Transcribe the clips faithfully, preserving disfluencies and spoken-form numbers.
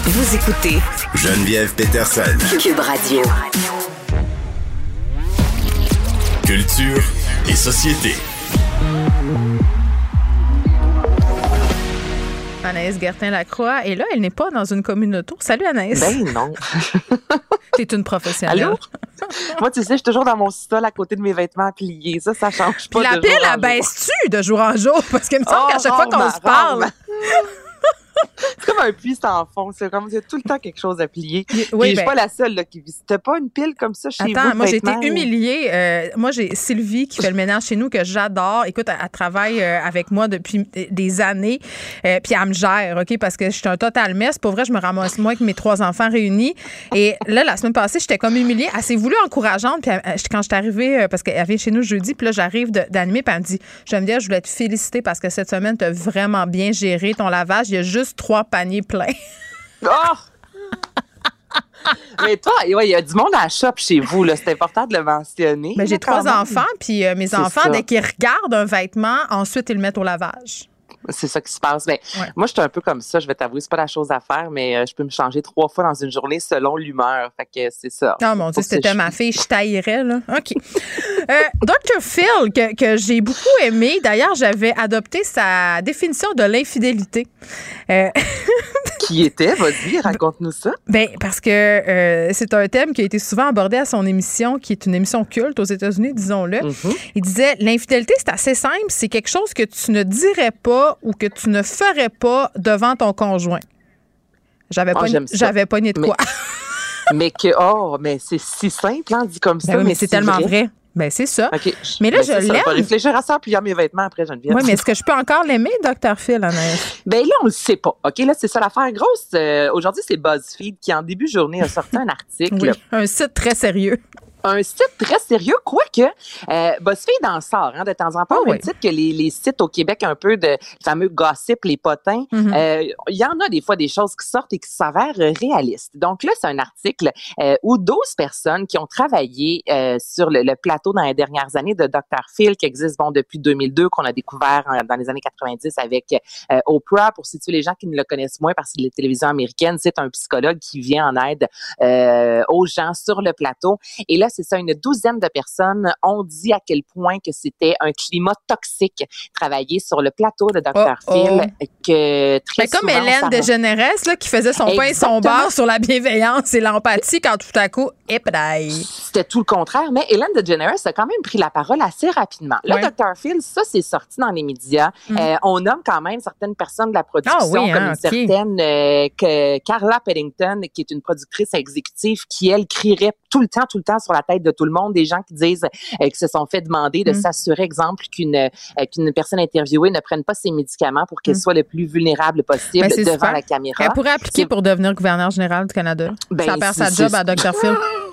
Vous écoutez Geneviève Peterson. Cube Radio. Culture et société. Anaïs Gertin-Lacroix. Et là, elle n'est pas dans une communauté. Salut, Anaïs. Ben non. T'es une professionnelle. Allô? Moi, tu sais, je suis toujours dans mon sol à côté de mes vêtements pliés. Ça, ça change pas. Puis la de pile, jour en elle baisse-tu de jour en jour? Parce qu'il me semble Oh, qu'à chaque fois qu'on se parle... C'est comme un puits sans fond. C'est comme il y a tout le temps quelque chose à plier. Oui, Puis, ben, je suis pas la seule là, qui vit. T'as pas une pile comme ça chez vous? Attends, moi, j'ai été vêtements, humiliée. Euh, moi, j'ai Sylvie qui fait le ménage chez nous, que j'adore. Écoute, elle, elle travaille euh, avec moi depuis des années. Euh, puis elle me gère, OK? Parce que je suis un total mess. Pour vrai, je me ramasse moi avec mes trois enfants réunis. Et là, la semaine passée, j'étais comme humiliée. Elle s'est voulue encourageante. Puis elle, quand je suis arrivée, euh, parce qu'elle vient chez nous jeudi, puis là, j'arrive de, d'animer, puis elle me dit, Geneviève, je voulais te féliciter parce que cette semaine, tu as vraiment bien géré ton lavage. Il y a juste trois paniers pleins. Oh! Mais toi, il ouais, y a du monde à la shop chez vous, là. C'est important de le mentionner. Ben, j'ai là, quand trois même. enfants, puis euh, mes C'est enfants, ça. dès qu'ils regardent un vêtement, ensuite, ils le mettent au lavage. C'est ça qui se passe. Mais Ouais. moi, je suis un peu comme ça. Je vais t'avouer, c'est pas la chose à faire, mais euh, je peux me changer trois fois dans une journée selon l'humeur. Fait que c'est ça. Oh mon Dieu, si c'était ma fille, je taillerais, là. OK. euh, docteur Phil, que, que j'ai beaucoup aimé. D'ailleurs, j'avais adopté sa définition de l'infidélité. Euh, Qui était, vas-y, raconte-nous ça. ben, parce que euh, c'est un thème qui a été souvent abordé à son émission, qui est une émission culte aux États-Unis, disons-le. Mm-hmm. Il disait, l'infidélité, c'est assez simple. C'est quelque chose que tu ne dirais pas ou que tu ne ferais pas devant ton conjoint. J'avais Oh, pas, j'aime ça. j'avais pogné de Mais- quoi. Mais que, oh, mais c'est si simple, hein, dit comme ça. Ben oui, mais c'est tellement vrai. Ben, c'est ça. OK. Mais là, Ben, je c'est ça. l'aime. Je vais réfléchir à ça en pliant mes vêtements après, Geneviève. Oui, mais est-ce que je peux encore l'aimer, docteur Phil, Anaïs? Ben là, on le sait pas. OK, là, c'est ça l'affaire grosse. Euh, aujourd'hui, c'est BuzzFeed qui, en début de journée, a sorti un article. Oui, un site très sérieux. Un site très sérieux, quoique euh, BuzzFeed en sort hein, de temps en temps, Oh au même oui. titre que les, les sites au Québec un peu de les fameux gossip, les potins. Mhm. Euh, Il y en a des fois des choses qui sortent et qui s'avèrent euh, réalistes. Donc là, c'est un article euh, où douze personnes qui ont travaillé euh, sur le, le plateau dans les dernières années de docteur Phil, qui existe bon depuis deux mille deux, qu'on a découvert euh, dans les années quatre-vingt-dix avec euh, Oprah. Pour situer les gens qui ne le connaissent moins parce que les télévisions américaines, c'est un psychologue qui vient en aide euh, aux gens sur le plateau. Et là, c'est ça, une douzaine de personnes ont dit à quel point que c'était un climat toxique travailler sur le plateau de docteur Oh, Phil. oh. Que très Ben, comme souvent, Hélène ça DeGeneres, là, qui faisait son pain et son Exactement. beurre sur la bienveillance et l'empathie quand tout à coup, épadaille. C'était tout le contraire, mais Hélène DeGeneres a quand même pris la parole assez rapidement. Là, Ouais. docteur Phil, ça, c'est sorti dans les médias. Mm. Euh, on nomme quand même certaines personnes de la production, Ah oui, comme hein, une ok. certaine euh, que Carla Peddington, qui est une productrice exécutive, qui, elle, crierait tout le temps, tout le temps sur la tête de tout le monde, des gens qui disent euh, qui se sont fait demander de Mm. s'assurer, exemple, qu'une euh, qu'une personne interviewée ne prenne pas ses médicaments pour qu'elle Mm. soit le plus vulnérable possible Ben, c'est devant super. la caméra. Elle pourrait appliquer C'est- pour devenir gouverneur général du Canada. Ben, ça perd sa c'est- job c'est- à docteur Phil.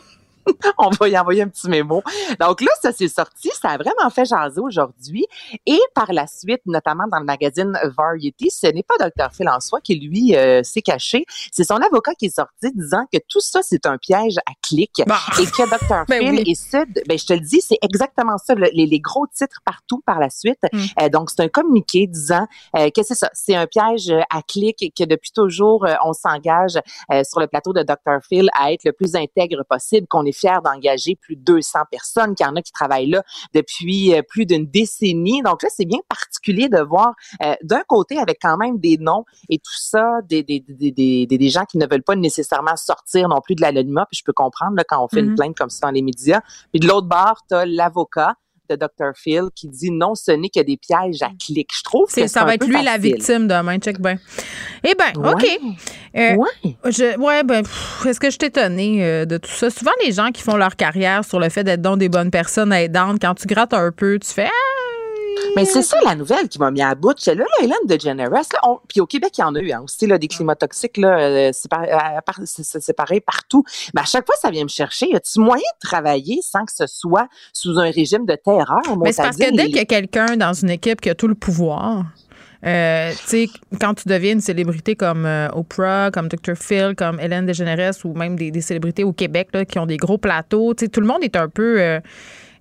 On va y envoyer un petit mémo. Donc là, ça s'est sorti, ça a vraiment fait jaser aujourd'hui. Et par la suite, notamment dans le magazine Variety, ce n'est pas docteur Phil en soi qui, lui, euh, s'est caché. C'est son avocat qui est sorti disant que tout ça, c'est un piège à clic Bah. et que docteur Ben Phil oui. et Sid, ben, je te le dis, c'est exactement ça, le- les, les gros titres partout par la suite. Mm. Euh, donc, c'est un communiqué disant euh, que c'est ça, c'est un piège euh, à clic et que depuis toujours, euh, on s'engage euh, sur le plateau de docteur Phil à être le plus intègre possible, qu'on est fier d'engager plus de deux cents personnes, qu'il y en a qui travaillent là depuis euh, plus d'une décennie. Donc là, c'est bien particulier de voir euh, d'un côté avec quand même des noms et tout ça, des, des, des, des, des, des gens qui ne veulent pas nécessairement sortir non plus de l'anonymat, puis je peux comprendre là, quand on fait Mhm. une plainte comme ça dans les médias. Puis de l'autre bord, tu as l'avocat de docteur Phil qui dit non, ce n'est que des pièges à clic. Je trouve C'est, que ça c'est va un être peu lui la facile. victime demain. Check bien. Eh bien, Ouais. OK. Euh, Ouais. Je, ouais, ben, pff, est-ce que je suis étonnée euh, de tout ça? Souvent, les gens qui font leur carrière sur le fait d'être donc des bonnes personnes aidantes, quand tu grattes un peu, tu fais. Ah, Mais c'est ça la nouvelle qui m'a mis à bout. Là, là, Hélène DeGeneres, là, on- puis au Québec, il y en a eu hein, aussi là, des climats toxiques. Là, euh, c'est, par- à part- c'est- c'est- c'est pareil partout. Mais à chaque fois, ça vient me chercher. Y a-tu moyen de travailler sans que ce soit sous un régime de terreur? Mais c'est parce que dès qu'il y a quelqu'un dans une équipe qui a tout le pouvoir, euh, tu sais, quand tu deviens une célébrité comme euh, Oprah, comme docteur Phil, comme Hélène DeGeneres ou même des, des célébrités au Québec là, qui ont des gros plateaux, tu sais, tout le monde est un peu... euh,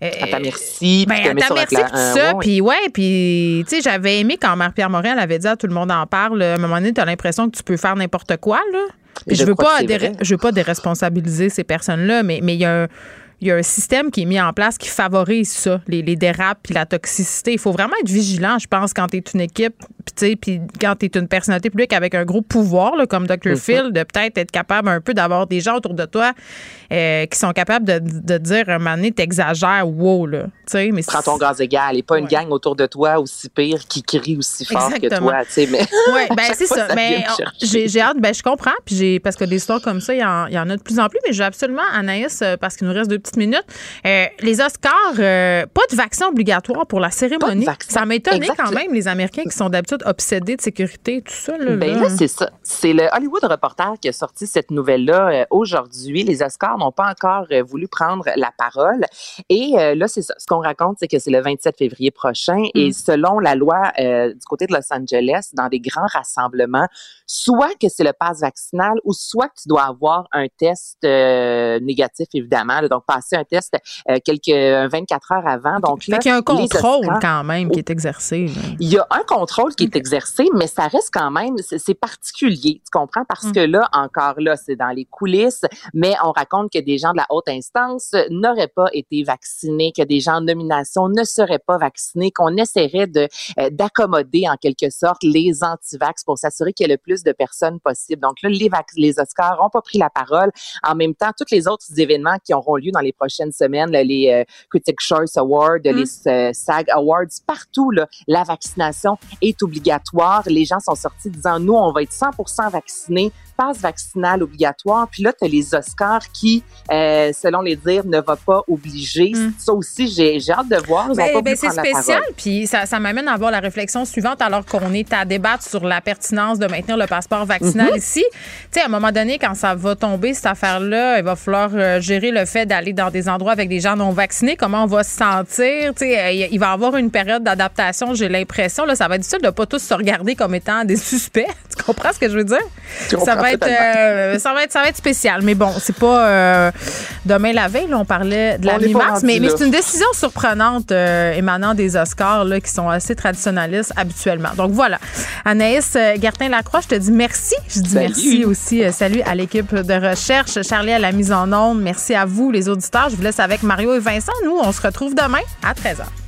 Euh, à ta merci. Ben, à ta merci, puis tout ça. Puis ouais, puis tu sais, j'avais aimé quand Marie-Pierre Morin, elle avait dit à tout le monde en parle. À un moment donné, tu as l'impression que tu peux faire n'importe quoi, là. Puis je veux pas dé- je veux pas déresponsabiliser ces personnes-là, mais mais il y a un Il y a un système qui est mis en place qui favorise ça, les, les dérapes puis la toxicité. Il faut vraiment être vigilant, je pense, quand tu es une équipe, puis puis quand tu es une personnalité publique avec un gros pouvoir, là, comme docteur Mm-hmm. Phil, de peut-être être capable un peu d'avoir des gens autour de toi euh, qui sont capables de, de dire, un moment donné, t'exagères, wow, là. Mais prends ton gaz égal et pas ouais. une gang autour de toi aussi pire qui crie aussi fort Exactement. que toi, tu sais, mais... Oui, ben c'est ça. ça mais on, j'ai, j'ai hâte, ben je comprends, puis j'ai, parce que des histoires comme ça, il y, y en a de plus en plus, mais j'ai absolument, Anaïs, parce qu'il nous reste deux petites minutes, euh, les Oscars, euh, pas de vaccin obligatoire pour la cérémonie. Ça m'a étonné quand même, les Américains qui sont d'habitude obsédés de sécurité, tout ça. Là, ben là, là c'est ça. C'est le Hollywood Reporter qui a sorti cette nouvelle-là euh, aujourd'hui. Les Oscars n'ont pas encore euh, voulu prendre la parole. Et euh, là, c'est ça. Ce qu'on raconte, c'est que c'est le vingt-sept février prochain. Mm. Et selon la loi euh, du côté de Los Angeles, dans des grands rassemblements, soit que c'est le pass vaccinal ou soit que tu dois avoir un test euh, négatif, évidemment. Là, donc, passer un test euh, quelques vingt-quatre heures avant. Donc, là, fait qu'il y a un contrôle Oscars, quand même qui est exercé. Là. Il y a un contrôle qui okay. est exercé, mais ça reste quand même, c'est, c'est particulier, tu comprends? Parce mm. que là, encore là, c'est dans les coulisses, mais on raconte que des gens de la haute instance n'auraient pas été vaccinés, que des gens en nomination ne seraient pas vaccinés, qu'on essaierait de euh, d'accommoder en quelque sorte les anti-vax pour s'assurer qu'il y ait le plus de personnes possible. Donc là, les, vac- les Oscars n'ont pas pris la parole. En même temps, tous les autres événements qui auront lieu dans les prochaines semaines, là, les euh, Critics' Choice Awards, mm. les euh, SAG Awards, partout, là, la vaccination est obligatoire. Les gens sont sortis disant, nous, on va être cent pour cent vaccinés, passe vaccinal obligatoire. Puis là, tu as les Oscars qui, euh, selon les dires, ne va pas obliger. Mm. Ça aussi, j'ai, j'ai hâte de voir. Ils ben, pas ben, c'est spécial, puis ça, ça m'amène à avoir la réflexion suivante alors qu'on est à débattre sur la pertinence de maintenir le passeport vaccinal mm-hmm. ici. Tu sais, à un moment donné, quand ça va tomber, cette affaire-là, il va falloir euh, gérer le fait d'aller dans des endroits avec des gens non vaccinés. Comment on va se sentir? Tu sais, il va y avoir une période d'adaptation, j'ai l'impression. Là, ça va être difficile de pas tous se regarder comme étant des suspects. Tu comprends ce que je veux dire? Ça va, être, euh, ça va être, ça va être spécial. Mais bon, c'est pas euh, demain la veille. Là, on parlait de la mi-mars, mais, mais c'est une décision surprenante euh, émanant des Oscars là, qui sont assez traditionnalistes habituellement. Donc voilà. Anaïs Gertin-Lacroix, je te dis merci. Je dis salut. Merci aussi. Euh, salut à l'équipe de recherche. Charlie à la mise en onde. Merci à vous, les auditeurs. Je vous laisse avec Mario et Vincent. Nous, on se retrouve demain à treize heures.